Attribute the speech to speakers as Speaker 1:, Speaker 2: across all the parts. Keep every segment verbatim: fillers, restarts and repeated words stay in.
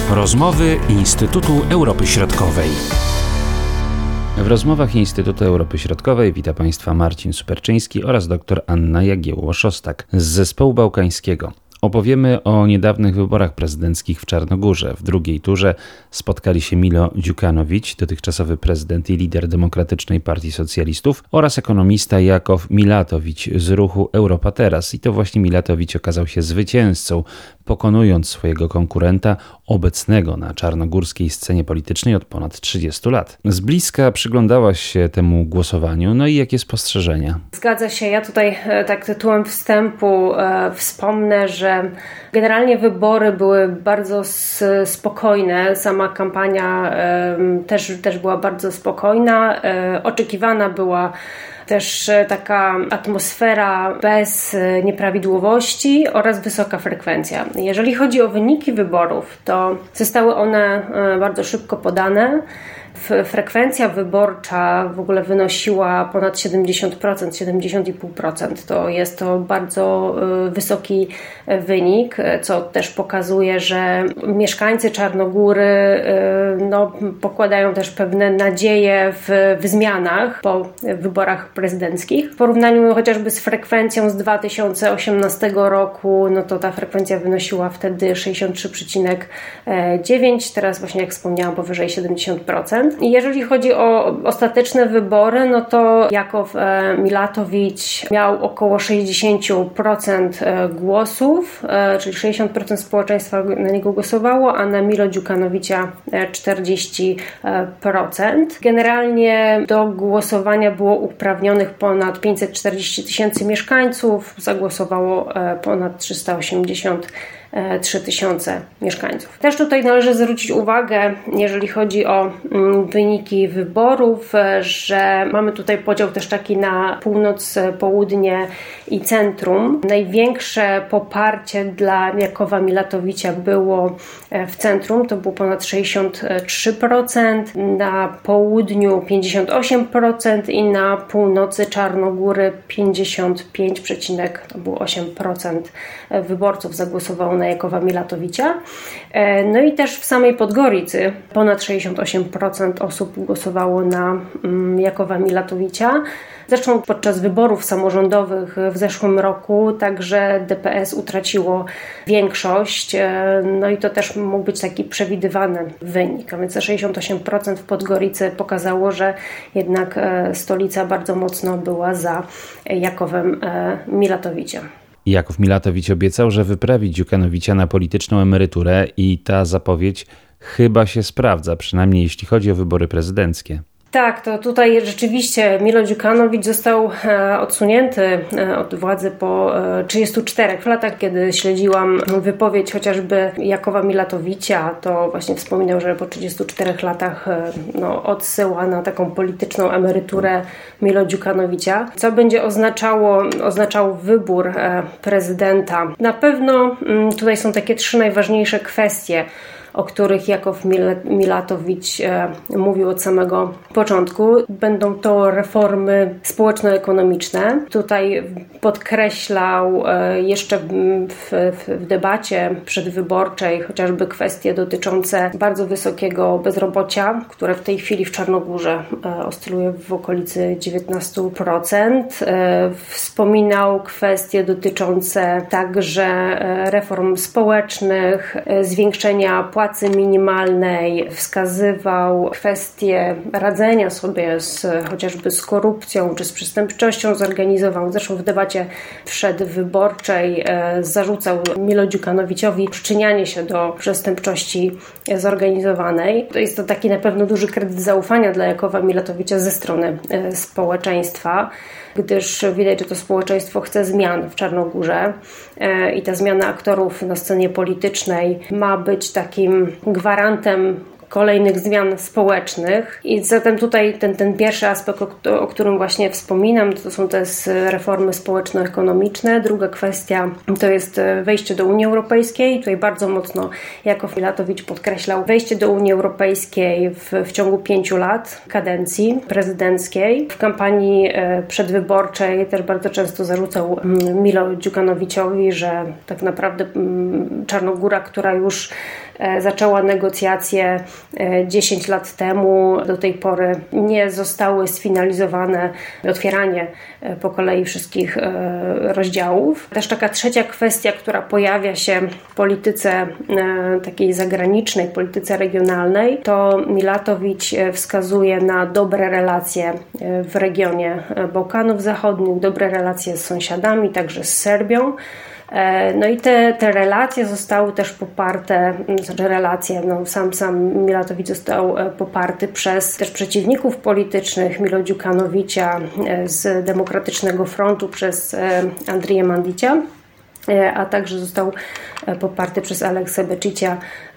Speaker 1: Rozmowy Instytutu Europy Środkowej. W rozmowach Instytutu Europy Środkowej wita Państwa Marcin Superczyński oraz dr Anna Jagiełło-Szostak z Zespołu Bałkańskiego. Opowiemy o niedawnych wyborach prezydenckich w Czarnogórze. W drugiej turze spotkali się Milo Djukanović, dotychczasowy prezydent i lider Demokratycznej Partii Socjalistów, oraz ekonomista Jakov Milatović z ruchu Europa Teraz. I to właśnie Milatović okazał się zwycięzcą, pokonując swojego konkurenta, obecnego na czarnogórskiej scenie politycznej od ponad trzydziestu lat. Z bliska przyglądałaś się temu głosowaniu, no i jakie spostrzeżenia?
Speaker 2: Zgadza się. Ja tutaj tak tytułem wstępu e, wspomnę, że generalnie wybory były bardzo spokojne. Sama kampania e, też, też była bardzo spokojna. E, oczekiwana była też taka atmosfera bez nieprawidłowości oraz wysoka frekwencja. Jeżeli chodzi o wyniki wyborów, to zostały one bardzo szybko podane. Frekwencja wyborcza w ogóle wynosiła ponad siedemdziesiąt procent, siedemdziesiąt przecinek pięć procent. To jest to bardzo wysoki wynik, co też pokazuje, że mieszkańcy Czarnogóry no, pokładają też pewne nadzieje w, w zmianach po wyborach prezydenckich. W porównaniu chociażby z frekwencją z dwa tysiące osiemnastego roku, no to ta frekwencja wynosiła wtedy sześćdziesiąt trzy przecinek dziewięć, teraz właśnie jak wspomniałam powyżej siedemdziesiąt procent. I jeżeli chodzi o ostateczne wybory, no to Jakov Milatović miał około sześćdziesiąt procent głosów, czyli sześćdziesiąt procent społeczeństwa na niego głosowało, a na Milo Djukanovicia czterdzieści procent. Generalnie do głosowania było uprawnionych ponad pięćset czterdzieści tysięcy mieszkańców, zagłosowało ponad trzysta osiemdziesiąt trzy tysiące mieszkańców. Też tutaj należy zwrócić uwagę, jeżeli chodzi o wyniki wyborów, że mamy tutaj podział też taki na północ, południe i centrum. Największe poparcie dla Jakowa Milatovicia było w centrum, to było ponad sześćdziesiąt trzy procent, na południu pięćdziesiąt osiem procent i na północy Czarnogóry pięćdziesiąt pięć przecinek osiem procent wyborców zagłosowało na Jakowa Milatovicia. No i też w samej Podgoricy ponad sześćdziesiąt osiem procent osób głosowało na Jakowa Milatovicia. Zresztą podczas wyborów samorządowych w zeszłym roku także D P S utraciło większość, no i to też mógł być taki przewidywany wynik, a więc sześćdziesiąt osiem procent w Podgoricy pokazało, że jednak stolica bardzo mocno była za Jakowem Milatoviciem.
Speaker 1: Jakov Milatović obiecał, że wyprawi Djukanovicia na polityczną emeryturę i ta zapowiedź chyba się sprawdza, przynajmniej jeśli chodzi o wybory prezydenckie.
Speaker 2: Tak, to tutaj rzeczywiście Milo Djukanović został odsunięty od władzy po trzydziestu czterech latach. Kiedy śledziłam wypowiedź chociażby Jakowa Milatovicia, to właśnie wspominał, że po trzydziestu czterech latach no, odsyła na taką polityczną emeryturę Milo Djukanovicia, co będzie oznaczało, oznaczał wybór prezydenta. Na pewno tutaj są takie trzy najważniejsze kwestie, o których Jakov Milatović mówił od samego początku. Będą to reformy społeczno-ekonomiczne. Tutaj podkreślał jeszcze w, w debacie przedwyborczej chociażby kwestie dotyczące bardzo wysokiego bezrobocia, które w tej chwili w Czarnogórze oscyluje w okolicy dziewiętnaście procent. Wspominał kwestie dotyczące także reform społecznych, zwiększenia płacy minimalnej, wskazywał kwestie radzenia sobie z, chociażby z korupcją czy z przestępczością zorganizowaną. Zresztą w debacie przedwyborczej e, zarzucał Milo Djukanoviciowi przyczynianie się do przestępczości zorganizowanej. To jest to taki na pewno duży kredyt zaufania dla Jakowa Milatovicia ze strony e, społeczeństwa, gdyż widać, że to społeczeństwo chce zmian w Czarnogórze e, i ta zmiana aktorów na scenie politycznej ma być takim gwarantem kolejnych zmian społecznych. I zatem tutaj ten, ten pierwszy aspekt, o, o którym właśnie wspominam, to są te reformy społeczno-ekonomiczne. Druga kwestia to jest wejście do Unii Europejskiej. Tutaj bardzo mocno Jakov Milatović podkreślał wejście do Unii Europejskiej w, w ciągu pięciu lat kadencji prezydenckiej. W kampanii przedwyborczej też bardzo często zarzucał Milo Djukanoviciowi, że tak naprawdę Czarnogóra, która już zaczęła negocjacje dziesięć lat temu. Do tej pory nie zostały sfinalizowane otwieranie po kolei wszystkich rozdziałów. Też taka trzecia kwestia, która pojawia się w polityce takiej zagranicznej, polityce regionalnej, to Milatowicz wskazuje na dobre relacje w regionie Bałkanów Zachodnich, dobre relacje z sąsiadami, także z Serbią. No i te, te relacje zostały też poparte, znaczy relacje, no sam, sam Milatowicz został poparty przez też przeciwników politycznych Milo Djukanovicia z Demokratycznego Frontu, przez Andrija Mandicia, a także został poparty przez Aleksa Bečića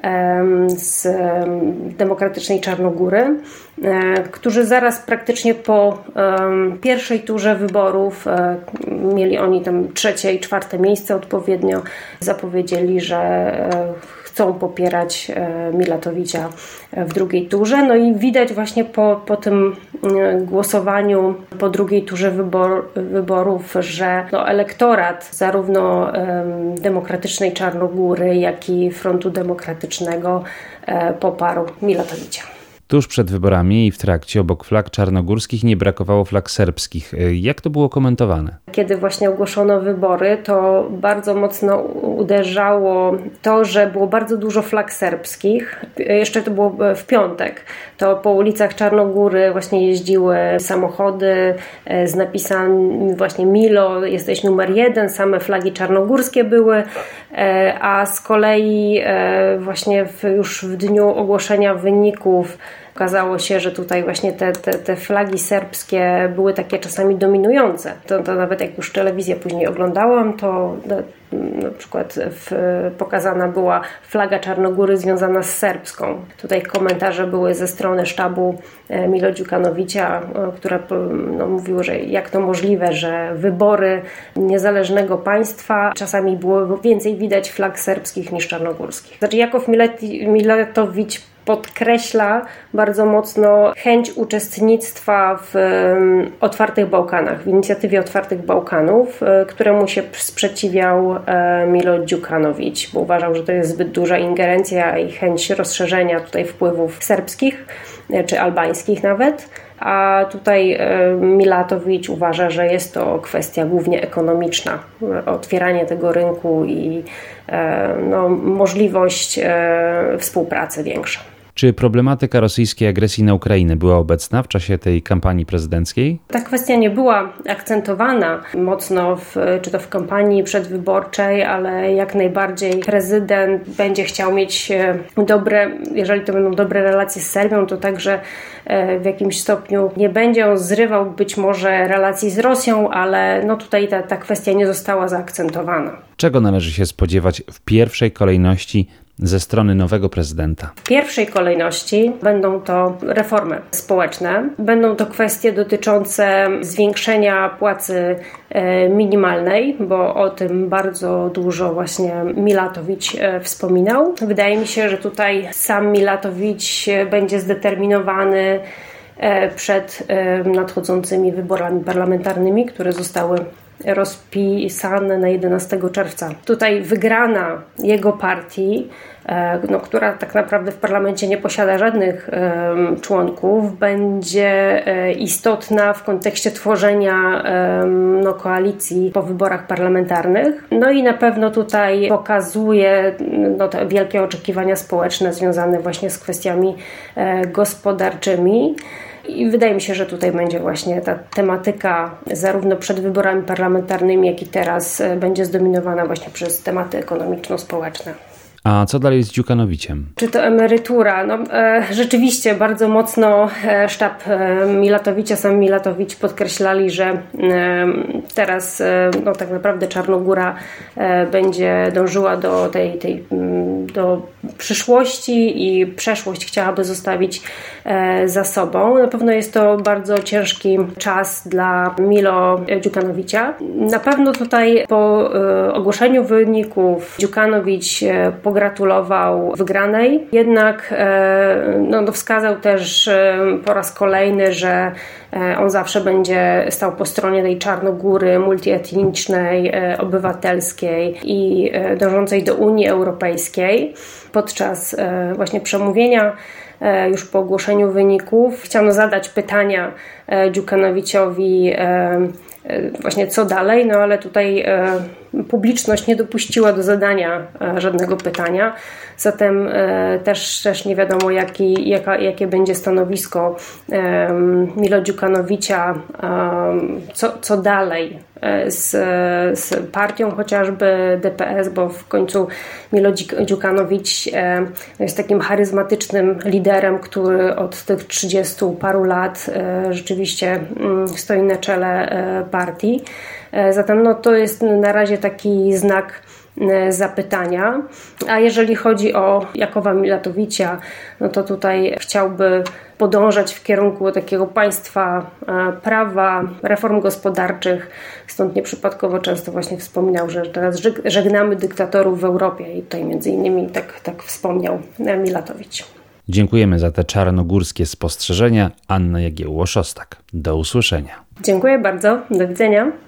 Speaker 2: z Demokratycznej Czarnogóry, którzy zaraz praktycznie po pierwszej turze wyborów, mieli oni tam trzecie i czwarte miejsce odpowiednio, zapowiedzieli, że chcą popierać Milatowicza w drugiej turze. No i widać właśnie po, po tym głosowaniu po drugiej turze wybor, wyborów, że no, elektorat zarówno um, Demokratycznej Czarnogóry, jak i Frontu Demokratycznego um, poparł Milatowicza.
Speaker 1: Tuż przed wyborami i w trakcie obok flag czarnogórskich nie brakowało flag serbskich. Jak to było komentowane?
Speaker 2: Kiedy właśnie ogłoszono wybory, to bardzo mocno uderzało to, że było bardzo dużo flag serbskich. Jeszcze to było w piątek. To po ulicach Czarnogóry właśnie jeździły samochody z napisami właśnie Milo, jesteś numer jeden, same flagi czarnogórskie były, a z kolei właśnie w, już w dniu ogłoszenia wyników okazało się, że tutaj właśnie te, te, te flagi serbskie były takie czasami dominujące. To, to nawet jak już telewizję później oglądałam, to na, na przykład w, pokazana była flaga Czarnogóry związana z serbską. Tutaj komentarze były ze strony sztabu Milo Djukanovicia, które no, mówiły, że jak to możliwe, że wybory niezależnego państwa czasami było więcej widać flag serbskich niż czarnogórskich. Znaczy Jakov Milatowicz podkreśla bardzo mocno chęć uczestnictwa w um, Otwartych Bałkanach, w inicjatywie Otwartych Bałkanów, y, któremu się sprzeciwiał y, Milo Djukanović, bo uważał, że to jest zbyt duża ingerencja i chęć rozszerzenia tutaj wpływów serbskich y, czy albańskich nawet. A tutaj y, Milatowicz uważa, że jest to kwestia głównie ekonomiczna, otwieranie tego rynku i y, no, możliwość y, współpracy większa.
Speaker 1: Czy problematyka rosyjskiej agresji na Ukrainę była obecna w czasie tej kampanii prezydenckiej?
Speaker 2: Ta kwestia nie była akcentowana mocno, w, czy to w kampanii przedwyborczej, ale jak najbardziej prezydent będzie chciał mieć dobre, jeżeli to będą dobre relacje z Serbią, to także w jakimś stopniu nie będzie on zrywał być może relacji z Rosją, ale no tutaj ta, ta kwestia nie została zaakcentowana.
Speaker 1: Czego należy się spodziewać w pierwszej kolejności ze strony nowego prezydenta?
Speaker 2: W pierwszej kolejności będą to reformy społeczne, będą to kwestie dotyczące zwiększenia płacy minimalnej, bo o tym bardzo dużo właśnie Milatowicz wspominał. Wydaje mi się, że tutaj sam Milatowicz będzie zdeterminowany przed nadchodzącymi wyborami parlamentarnymi, które zostały rozpisane na jedenastego czerwca. Tutaj wygrana jego partii, no, która tak naprawdę w parlamencie nie posiada żadnych um, członków, będzie um, istotna w kontekście tworzenia um, no, koalicji po wyborach parlamentarnych. No i na pewno tutaj pokazuje no, te wielkie oczekiwania społeczne związane właśnie z kwestiami um, gospodarczymi. I wydaje mi się, że tutaj będzie właśnie ta tematyka zarówno przed wyborami parlamentarnymi, jak i teraz będzie zdominowana właśnie przez tematy ekonomiczno-społeczne.
Speaker 1: A co dalej z Djukanowiciem?
Speaker 2: Czy to emerytura? No, e, rzeczywiście bardzo mocno e, sztab e, Milatowicza, sam Milatowicz podkreślali, że e, teraz e, no, tak naprawdę Czarnogóra e, będzie dążyła do tej, tej do przyszłości i przeszłość chciałaby zostawić e, za sobą. Na pewno jest to bardzo ciężki czas dla Milo Djukanowicza. Na pewno tutaj po e, ogłoszeniu wyników Djukanowicz e, pogratulował wygranej. Jednak no, no wskazał też po raz kolejny, że on zawsze będzie stał po stronie tej Czarnogóry multietnicznej, obywatelskiej i dążącej do Unii Europejskiej. Podczas właśnie przemówienia, już po ogłoszeniu wyników, chciano zadać pytania Dziukanowiciowi właśnie co dalej, no ale tutaj publiczność nie dopuściła do zadania żadnego pytania, zatem też, też nie wiadomo jaki, jaka, jakie będzie stanowisko Milo Dziukanowicza, co, co dalej z, z partią chociażby D P S, bo w końcu Milo Dziukanowicz jest takim charyzmatycznym liderem, który od tych trzydziestu paru lat rzeczywiście stoi na czele partii. Zatem no, to jest na razie taki znak zapytania. A jeżeli chodzi o Jakowa Milatowicza, no to tutaj chciałby podążać w kierunku takiego państwa prawa, reform gospodarczych. Stąd nieprzypadkowo często właśnie wspominał, że teraz żegnamy dyktatorów w Europie i tutaj między innymi tak, tak wspomniał Milatowicz.
Speaker 1: Dziękujemy za te czarnogórskie spostrzeżenia. Anna Jagiełło-Szostak. Do usłyszenia.
Speaker 2: Dziękuję bardzo. Do widzenia.